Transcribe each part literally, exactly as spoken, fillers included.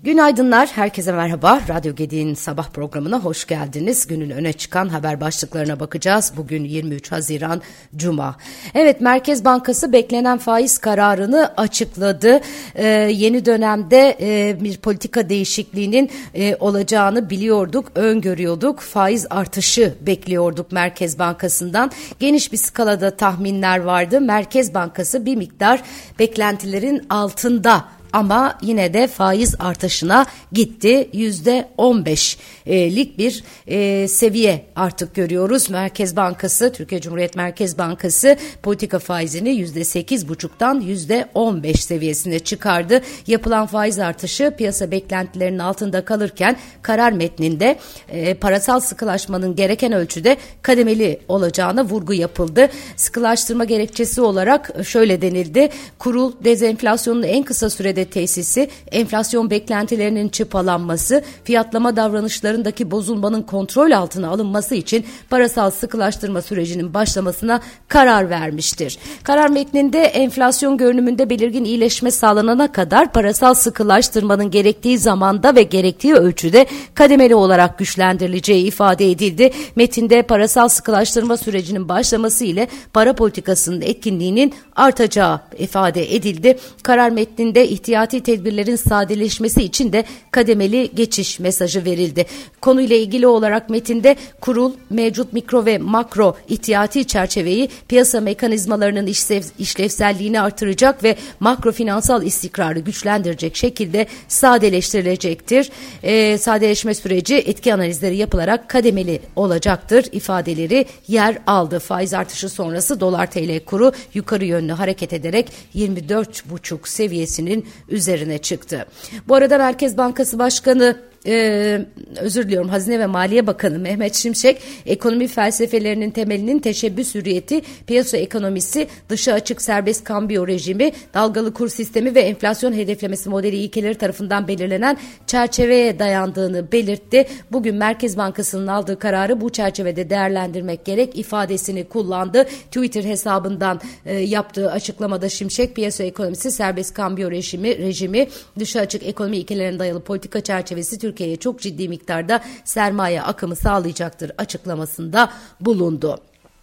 Günaydınlar, herkese merhaba. Radyo Gedi'nin sabah programına hoş geldiniz. Günün öne çıkan haber başlıklarına bakacağız. Bugün yirmi üç Haziran Cuma. Evet, Merkez Bankası beklenen faiz kararını açıkladı. Ee, yeni dönemde e, bir politika değişikliğinin e, olacağını biliyorduk, öngörüyorduk. Faiz artışı bekliyorduk Merkez Bankası'ndan. Geniş bir skalada tahminler vardı. Merkez Bankası bir miktar beklentilerin altında, ama yine de faiz artışına gitti. yüzde on beşlik bir e, seviye artık görüyoruz. Merkez Bankası, Türkiye Cumhuriyet Merkez Bankası politika faizini yüzde sekiz buçuktan yüzde on beş seviyesine çıkardı. Yapılan faiz artışı piyasa beklentilerinin altında kalırken karar metninde e, parasal sıkılaşmanın gereken ölçüde kademeli olacağına vurgu yapıldı. Sıkılaştırma gerekçesi olarak şöyle denildi: kurul dezenflasyonun en kısa sürede tesisi, enflasyon beklentilerinin çıpalanması, fiyatlama davranışlarındaki bozulmanın kontrol altına alınması için parasal sıkılaştırma sürecinin başlamasına karar vermiştir. Karar metninde enflasyon görünümünde belirgin iyileşme sağlanana kadar parasal sıkılaştırmanın gerektiği zamanda ve gerektiği ölçüde kademeli olarak güçlendirileceği ifade edildi. Metinde parasal sıkılaştırma sürecinin başlaması ile para politikasının etkinliğinin artacağı ifade edildi. Karar metninde ihtiyacı İhtiyati tedbirlerin sadeleşmesi için de kademeli geçiş mesajı verildi. Konuyla ilgili olarak metinde kurul mevcut mikro ve makro ihtiyati çerçeveyi piyasa mekanizmalarının işlev, işlevselliğini artıracak ve makro finansal istikrarı güçlendirecek şekilde sadeleştirilecektir. E, sadeleşme süreci etki analizleri yapılarak kademeli olacaktır ifadeleri yer aldı. Faiz artışı sonrası dolar T L kuru yukarı yönlü hareket ederek yirmi dört buçuk seviyesinin üzerine çıktı. Bu arada Merkez Bankası Başkanı Ee, özür diliyorum Hazine ve Maliye Bakanı Mehmet Şimşek, ekonomi felsefelerinin temelinin teşebbüs hürriyeti, piyasa ekonomisi, dışa açık serbest kambiyo rejimi, dalgalı kur sistemi ve enflasyon hedeflemesi modeli ilkeleri tarafından belirlenen çerçeveye dayandığını belirtti. Bugün Merkez Bankası'nın aldığı kararı bu çerçevede değerlendirmek gerek ifadesini kullandı. Twitter hesabından e, yaptığı açıklamada Şimşek, piyasa ekonomisi, serbest kambiyo rejimi, rejimi, dışa açık ekonomi ilkelerine dayalı politika çerçevesi Türkiye'ye çok ciddi miktarda sermaye akımı sağlayacaktır açıklamasında bulundu.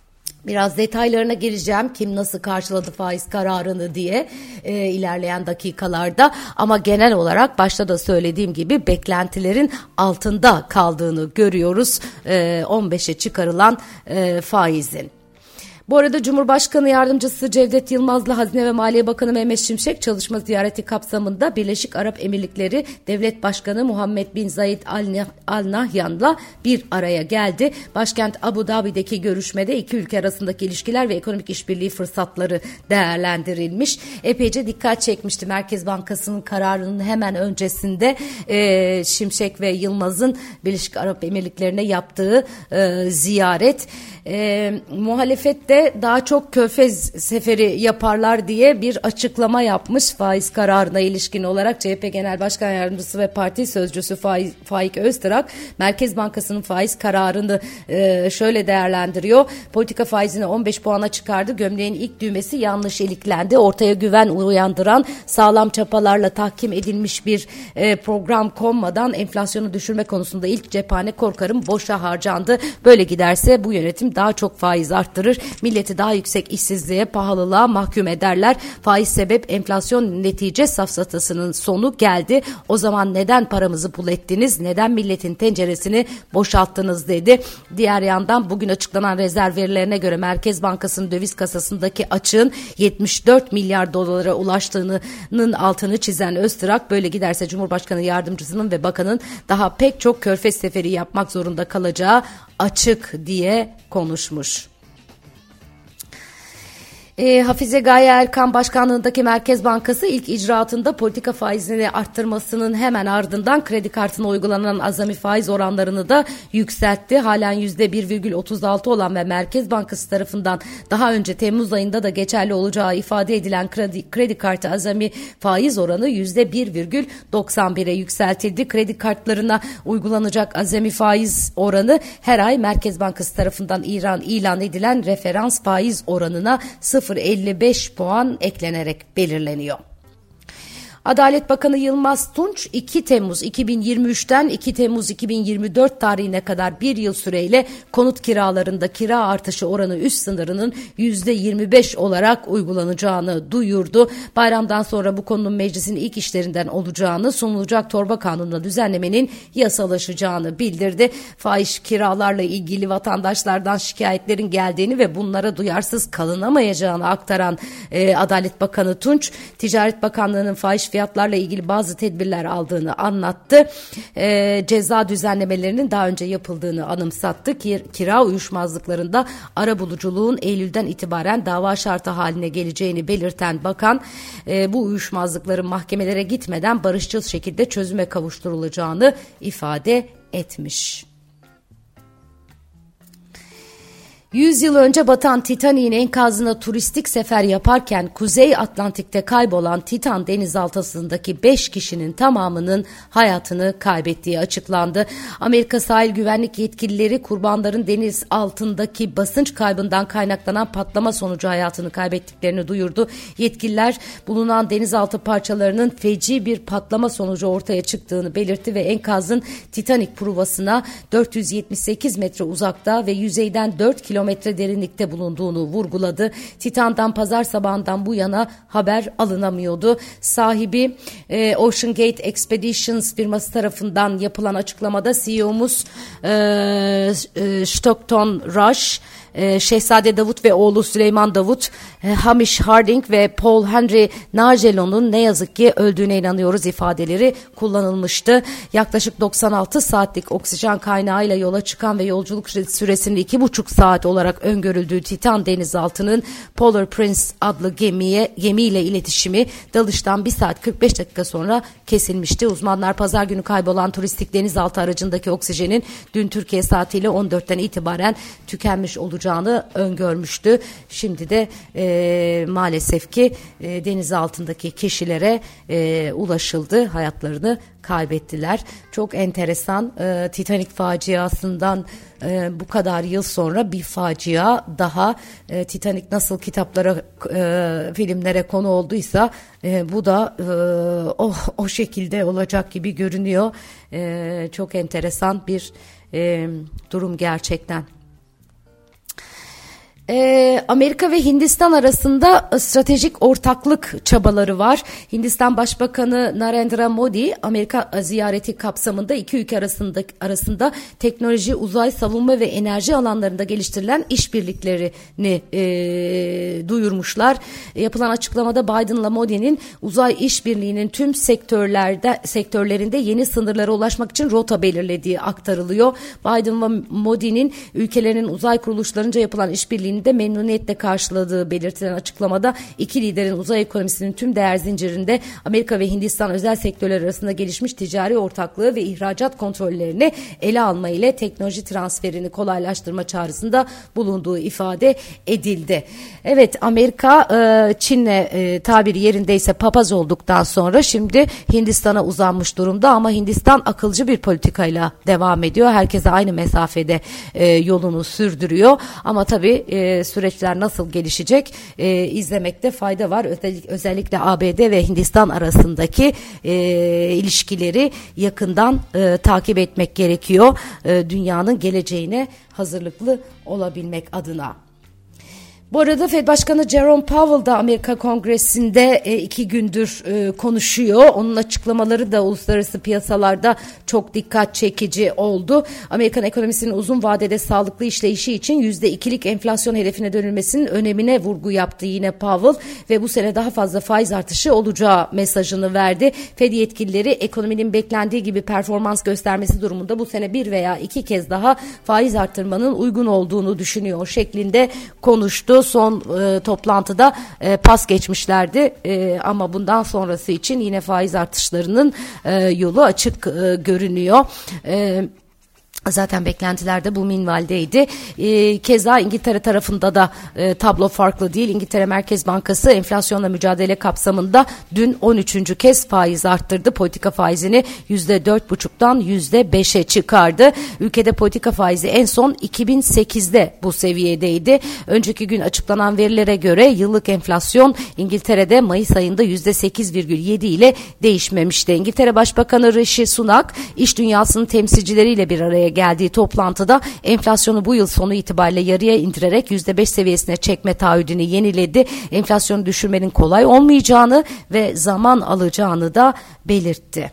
Biraz detaylarına gireceğim, kim nasıl karşıladı faiz kararını diye e, ilerleyen dakikalarda, ama genel olarak başta da söylediğim gibi beklentilerin altında kaldığını görüyoruz e, on beşe çıkarılan e, faizin. Bu arada Cumhurbaşkanı Yardımcısı Cevdet Yılmaz'la Hazine ve Maliye Bakanı Mehmet Şimşek çalışma ziyareti kapsamında Birleşik Arap Emirlikleri Devlet Başkanı Muhammed bin Zayed Al Nahyan'la bir araya geldi. Başkent Abu Dhabi'deki görüşmede iki ülke arasındaki ilişkiler ve ekonomik işbirliği fırsatları değerlendirilmiş. Epeyce dikkat çekmişti Merkez Bankası'nın kararının hemen öncesinde e, Şimşek ve Yılmaz'ın Birleşik Arap Emirlikleri'ne yaptığı e, ziyaret. E, muhalefet de daha çok Körfez seferi yaparlar diye bir açıklama yapmış faiz kararına ilişkin olarak. C H P Genel Başkan Yardımcısı ve Parti Sözcüsü Faiz, Faik Öztrak, Merkez Bankası'nın faiz kararını e, şöyle değerlendiriyor: politika faizini on beş puana çıkardı. Gömleğin ilk düğmesi yanlış iliklendi. Ortaya güven uyandıran sağlam çapalarla tahkim edilmiş bir e, program konmadan enflasyonu düşürme konusunda ilk cephane korkarım boşa harcandı. Böyle giderse bu yönetim daha çok faiz arttırır. Milleti daha yüksek işsizliğe, pahalılığa mahkum ederler. Faiz sebep, enflasyon netice safsatasının sonu geldi. O zaman neden paramızı pul ettiniz? Neden milletin tenceresini boşalttınız dedi. Diğer yandan bugün açıklanan rezerv verilerine göre Merkez Bankası'nın döviz kasasındaki açığın yetmiş dört milyar dolara ulaştığının altını çizen Öztrak, böyle giderse Cumhurbaşkanı Yardımcısının ve Bakanın daha pek çok körfez seferi yapmak zorunda kalacağı açık diye konuşmuş. E, Hafize Gaye Erkan başkanlığındaki Merkez Bankası ilk icraatında politika faizini arttırmasının hemen ardından kredi kartına uygulanan azami faiz oranlarını da yükseltti. Halen yüzde bir virgül otuz altı olan ve Merkez Bankası tarafından daha önce Temmuz ayında da geçerli olacağı ifade edilen kredi, kredi kartı azami faiz oranı yüzde bir virgül doksan bire yükseltildi. Kredi kartlarına uygulanacak azami faiz oranı her ay Merkez Bankası tarafından ilan, ilan edilen referans faiz oranına sıfır virgül elli beş puan eklenerek belirleniyor. Adalet Bakanı Yılmaz Tunç iki Temmuz iki bin yirmi üçten iki Temmuz iki bin yirmi dört tarihine kadar bir yıl süreyle konut kiralarında kira artışı oranı üst sınırının yüzde yirmi beş olarak uygulanacağını duyurdu. Bayramdan sonra bu konunun meclisin ilk işlerinden olacağını, sunulacak torba kanununa düzenlemenin yasalaşacağını bildirdi. Fahiş kiralarla ilgili vatandaşlardan şikayetlerin geldiğini ve bunlara duyarsız kalınamayacağını aktaran e, Adalet Bakanı Tunç, Ticaret Bakanlığı'nın fahiş fiyatlarla ilgili bazı tedbirler aldığını anlattı. E, ceza düzenlemelerinin daha önce yapıldığını anımsattı. Kira uyuşmazlıklarında arabuluculuğun Eylül'den itibaren dava şartı haline geleceğini belirten bakan, e, bu uyuşmazlıkların mahkemelere gitmeden barışçıl şekilde çözüme kavuşturulacağını ifade etmiş. yüz yıl önce batan Titanic'in enkazına turistik sefer yaparken Kuzey Atlantik'te kaybolan Titan denizaltısındaki beş kişinin tamamının hayatını kaybettiği açıklandı. Amerika sahil güvenlik yetkilileri kurbanların deniz altındaki basınç kaybından kaynaklanan patlama sonucu hayatını kaybettiklerini duyurdu. Yetkililer bulunan denizaltı parçalarının feci bir patlama sonucu ortaya çıktığını belirtti ve enkazın Titanic provasına dört yüz yetmiş sekiz metre uzakta ve yüzeyden dört kilometre derinlikte bulunduğunu vurguladı. Titan'dan pazar sabahından bu yana haber alınamıyordu. Sahibi e, Ocean Gate Expeditions firması tarafından yapılan açıklamada C E O'muz e, e, Stockton Rush, Ee, Şehzade Davut ve oğlu Süleyman Davut, e, Hamish Harding ve Paul Henry Nargelon'un ne yazık ki öldüğüne inanıyoruz ifadeleri kullanılmıştı. Yaklaşık doksan altı saatlik oksijen kaynağıyla yola çıkan ve yolculuk süresinin iki buçuk saat olarak öngörüldüğü Titan denizaltının Polar Prince adlı gemiye gemiyle iletişimi dalıştan bir saat kırk beş dakika sonra kesilmişti. Uzmanlar pazar günü kaybolan turistik denizaltı aracındaki oksijenin dün Türkiye saatiyle on dörtten itibaren tükenmiş olacağını öngörmüştü. Şimdi de e, maalesef ki e, deniz altındaki kişilere e, ulaşıldı. Hayatlarını kaybettiler. Çok enteresan. E, Titanic faciasından e, bu kadar yıl sonra bir facia daha. E, Titanic nasıl kitaplara, e, filmlere konu olduysa e, bu da e, o, o şekilde olacak gibi görünüyor. E, çok enteresan bir e, durum gerçekten. Ee, Amerika ve Hindistan arasında stratejik ortaklık çabaları var. Hindistan Başbakanı Narendra Modi, Amerika ziyareti kapsamında iki ülke arasında arasında teknoloji, uzay, savunma ve enerji alanlarında geliştirilen işbirliklerini e, duyurmuşlar. E, yapılan açıklamada Biden'la Modi'nin uzay işbirliğinin tüm sektörlerde sektörlerinde yeni sınırlara ulaşmak için rota belirlediği aktarılıyor. Biden ve Modi'nin ülkelerinin uzay kuruluşlarınca yapılan işbirliğini de memnuniyetle karşıladığı belirtilen açıklamada iki liderin uzay ekonomisinin tüm değer zincirinde Amerika ve Hindistan özel sektörler arasında gelişmiş ticari ortaklığı ve ihracat kontrollerini ele alma ile teknoloji transferini kolaylaştırma çağrısında bulunduğu ifade edildi. Evet, Amerika Çin'le tabiri yerindeyse papaz olduktan sonra şimdi Hindistan'a uzanmış durumda ama Hindistan akılcı bir politikayla devam ediyor. Herkese aynı mesafede yolunu sürdürüyor ama tabii süreçler nasıl gelişecek e, izlemekte fayda var. Özellikle, özellikle A B D ve Hindistan arasındaki e, ilişkileri yakından e, takip etmek gerekiyor. E, dünyanın geleceğine hazırlıklı olabilmek adına. Bu arada Fed Başkanı Jerome Powell da Amerika Kongresi'nde e, iki gündür e, konuşuyor. Onun açıklamaları da uluslararası piyasalarda çok dikkat çekici oldu. Amerikan ekonomisinin uzun vadede sağlıklı işleyişi için yüzde ikilik enflasyon hedefine dönülmesinin önemine vurgu yaptı yine Powell ve bu sene daha fazla faiz artışı olacağı mesajını verdi. Fed yetkilileri ekonominin beklendiği gibi performans göstermesi durumunda bu sene bir veya iki kez daha faiz arttırmanın uygun olduğunu düşünüyor şeklinde konuştu. Son e, toplantıda e, pas geçmişlerdi e, ama bundan sonrası için yine faiz artışlarının e, yolu açık e, görünüyor. E, Zaten beklentiler de bu minvaldeydi. E, keza İngiltere tarafında da e, tablo farklı değil. İngiltere Merkez Bankası enflasyonla mücadele kapsamında dün on üçüncü kez faiz arttırdı. Politika faizini yüzde dört buçuktan yüzde beşe çıkardı. Ülkede politika faizi en son iki bin sekizde bu seviyedeydi. Önceki gün açıklanan verilere göre yıllık enflasyon İngiltere'de Mayıs ayında yüzde sekiz virgül yedi ile değişmemişti. İngiltere Başbakanı Rishi Sunak iş dünyasının temsilcileriyle bir araya geldiği toplantıda enflasyonu bu yıl sonu itibariyle yarıya indirerek yüzde beş seviyesine çekme taahhüdünü yeniledi. Enflasyonu düşürmenin kolay olmayacağını ve zaman alacağını da belirtti.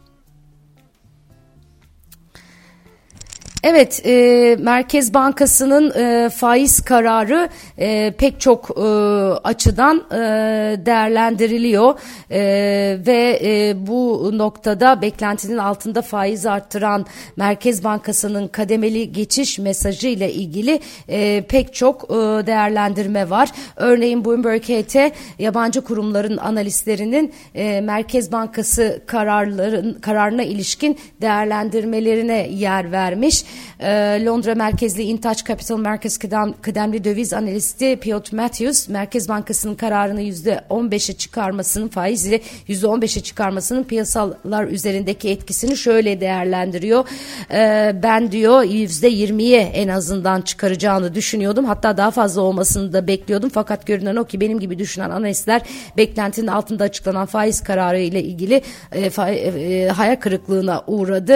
Evet, e, Merkez Bankası'nın e, faiz kararı e, pek çok e, açıdan e, değerlendiriliyor e, ve e, bu noktada beklentinin altında faiz arttıran Merkez Bankası'nın kademeli geçiş mesajı ile ilgili e, pek çok e, değerlendirme var. Örneğin Bloomberg H T yabancı kurumların analistlerinin e, Merkez Bankası kararların kararına ilişkin değerlendirmelerine yer vermiş. Londra merkezli Intaç Capital Markets kıdem, kıdemli döviz analisti Piotr Matthews, Merkez Bankası'nın kararını yüzde on beşe çıkarmasının faizi yüzde on beşe çıkarmasının piyasalar üzerindeki etkisini şöyle değerlendiriyor. Ee, ben diyor yüzde yirmiye en azından çıkaracağını düşünüyordum. Hatta daha fazla olmasını da bekliyordum. Fakat görünen o ki benim gibi düşünen analistler beklentinin altında açıklanan faiz kararı ile ilgili e, fa, e, hayal kırıklığına uğradı.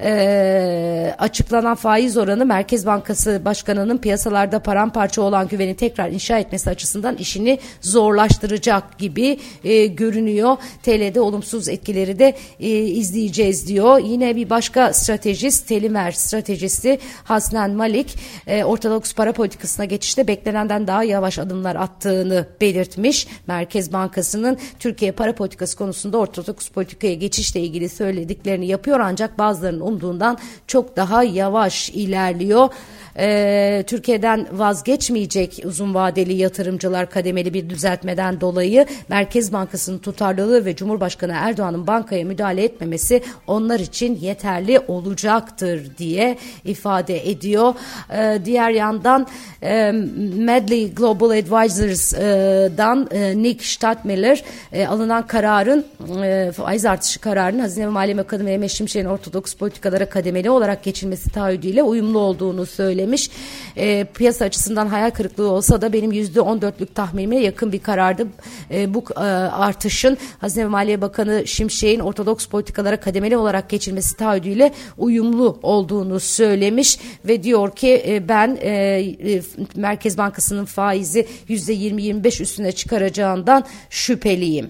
E, açıklanan faiz oranı Merkez Bankası Başkanı'nın piyasalarda paramparça olan güveni tekrar inşa etmesi açısından işini zorlaştıracak gibi e, görünüyor. T L'de olumsuz etkileri de e, izleyeceğiz diyor. Yine bir başka stratejist, Telimer stratejisti Hasnan Malik, e, ortodoks para politikasına geçişte beklenenden daha yavaş adımlar attığını belirtmiş. Merkez Bankası'nın Türkiye para politikası konusunda ortodoks politikaya geçişle ilgili söylediklerini yapıyor ancak bazılarının umduğundan çok daha yavaş ilerliyor. Ee, Türkiye'den vazgeçmeyecek uzun vadeli yatırımcılar kademeli bir düzeltmeden dolayı Merkez Bankası'nın tutarlılığı ve Cumhurbaşkanı Erdoğan'ın bankaya müdahale etmemesi onlar için yeterli olacaktır diye ifade ediyor. Ee, diğer yandan e, Medley Global Advisors'dan e, Nick Stadtmiller e, alınan kararın e, faiz artışı kararının Hazine ve Maliye Bakanı Mehmet Şimşek'in ortodoks politikalara kademeli olarak geçilmesi taahhüdüyle uyumlu olduğunu söylemiş. E, piyasa açısından hayal kırıklığı olsa da benim yüzde on dörtlük tahminime yakın bir karardı. E, bu e, artışın Hazine ve Maliye Bakanı Şimşek'in ortodoks politikalara kademeli olarak geçilmesi taahhüdüyle uyumlu olduğunu söylemiş ve diyor ki e, ben e, e, Merkez Bankası'nın faizi yüzde yirmi yirmi beş üstüne çıkaracağından şüpheliyim.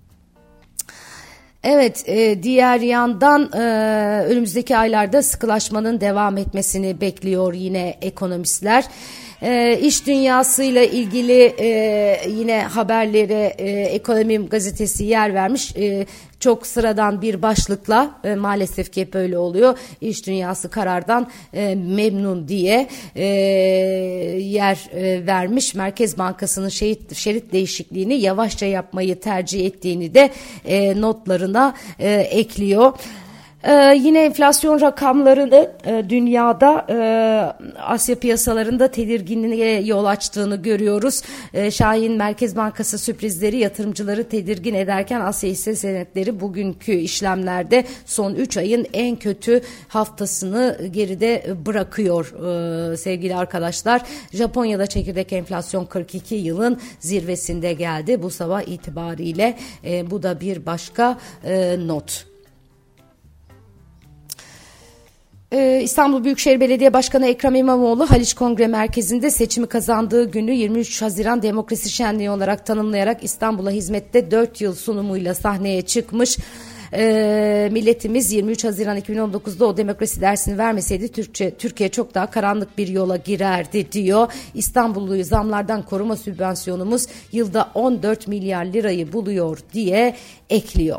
Evet, e, diğer yandan e, önümüzdeki aylarda sıkılaşmanın devam etmesini bekliyor yine ekonomistler. E, iş dünyasıyla ilgili e, yine haberlere e, Ekonomim gazetesi yer vermiş. E, Çok sıradan bir başlıkla e, maalesef ki hep böyle oluyor. İş dünyası karardan e, memnun diye e, yer e, vermiş. Merkez Bankası'nın şerit, şerit değişikliğini yavaşça yapmayı tercih ettiğini de e, notlarına e, ekliyor. Ee, yine enflasyon rakamlarını e, dünyada e, Asya piyasalarında tedirginliğe yol açtığını görüyoruz. E, Şahin Merkez Bankası sürprizleri yatırımcıları tedirgin ederken Asya hisse senetleri bugünkü işlemlerde son üç ayın en kötü haftasını geride bırakıyor e, sevgili arkadaşlar. Japonya'da çekirdek enflasyon kırk iki yılın zirvesinde geldi bu sabah itibariyle. E, bu da bir başka e, not. Ee, İstanbul Büyükşehir Belediye Başkanı Ekrem İmamoğlu Haliç Kongre Merkezi'nde seçimi kazandığı günü yirmi üç Haziran Demokrasi Şenliği olarak tanımlayarak İstanbul'a hizmette dört yıl sunumuyla sahneye çıkmış. Ee, milletimiz yirmi üç Haziran iki bin on dokuzda o demokrasi dersini vermeseydi Türkçe, Türkiye çok daha karanlık bir yola girerdi diyor. İstanbulluyu zamlardan koruma sübvansiyonumuz yılda on dört milyar lirayı buluyor diye ekliyor.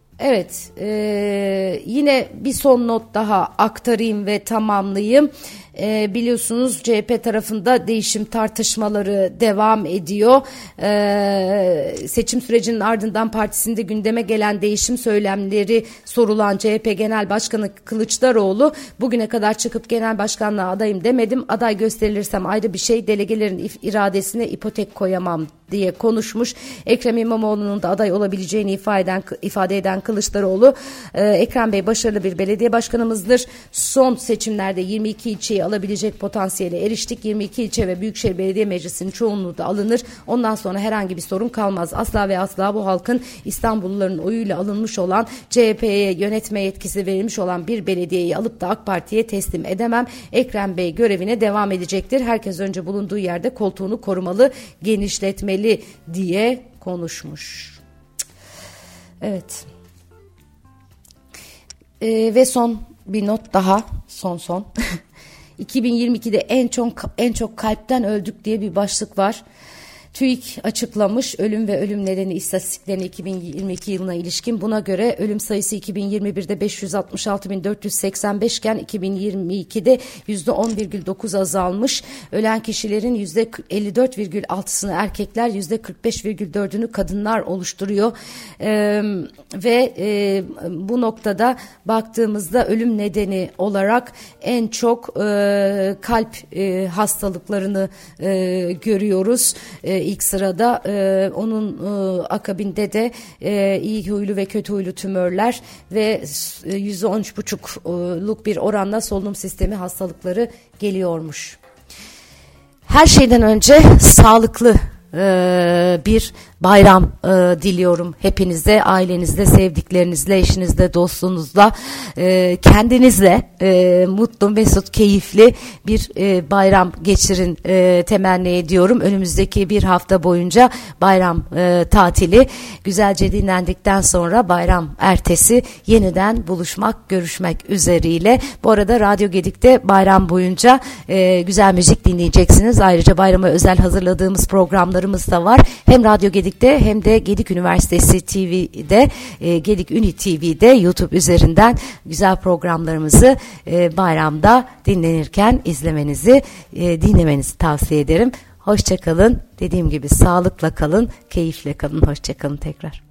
Evet, e, yine bir son not daha aktarayım ve tamamlayayım. E, biliyorsunuz C H P tarafında değişim tartışmaları devam ediyor. E, seçim sürecinin ardından partisinde gündeme gelen değişim söylemleri sorulan C H P Genel Başkanı Kılıçdaroğlu bugüne kadar çıkıp genel başkanlığa adayım demedim. Aday gösterilirsem ayrı bir şey, delegelerin if- iradesine ipotek koyamam diye konuşmuş. Ekrem İmamoğlu'nun da aday olabileceğini ifade eden, ifade eden Kılıçdaroğlu, e, Ekrem Bey başarılı bir belediye başkanımızdır. Son seçimlerde yirmi iki ilçeyi alabilecek potansiyele eriştik. yirmi iki ilçe ve Büyükşehir Belediye Meclisi'nin çoğunluğu da alınır. Ondan sonra herhangi bir sorun kalmaz. Asla ve asla bu halkın İstanbulluların oyuyla alınmış olan, C H P'ye yönetme yetkisi verilmiş olan bir belediyeyi alıp da AK Parti'ye teslim edemem. Ekrem Bey görevine devam edecektir. Herkes önce bulunduğu yerde koltuğunu korumalı, genişletmeli diye konuşmuş. Evet. Ee, ve son bir not daha, son son. iki bin yirmi ikide en çok en çok kalpten öldük diye bir başlık var. TÜİK açıklamış ölüm ve ölüm nedeni istatistiklerini iki bin yirmi iki yılına ilişkin. Buna göre ölüm sayısı iki bin yirmi birde beş yüz altmış altı bin dört yüz seksen beş iken iki bin yirmi ikide yüzde on virgül dokuz azalmış. Ölen kişilerin yüzde elli dört virgül altısını erkekler, yüzde kırk beş virgül dördünü kadınlar oluşturuyor. Ee, ve e, bu noktada baktığımızda ölüm nedeni olarak en çok e, kalp e, hastalıklarını e, görüyoruz. E, İlk sırada e, onun e, akabinde de e, iyi huylu ve kötü huylu tümörler ve yüzde on üç buçukluk bir oranla solunum sistemi hastalıkları geliyormuş. Her şeyden önce sağlıklı e, bir bayram e, diliyorum hepinize, ailenizle, sevdiklerinizle, eşinizle, dostunuzla, e, kendinizle e, mutlu, mesut, keyifli bir e, bayram geçirin e, temenni ediyorum. Önümüzdeki bir hafta boyunca bayram e, tatili, güzelce dinlendikten sonra bayram ertesi yeniden buluşmak, görüşmek üzeriyle. Bu arada Radyo Gedik'te bayram boyunca e, güzel müzik dinleyeceksiniz. Ayrıca bayrama özel hazırladığımız programlarımız da var. Hem Radyo Gedik hem de Gedik Üniversitesi T V'de, e, Gedik Uni T V'de YouTube üzerinden güzel programlarımızı e, bayramda dinlenirken izlemenizi, e, dinlemenizi tavsiye ederim. Hoşça kalın. Dediğim gibi sağlıkla kalın, keyifle kalın. Hoşça kalın tekrar.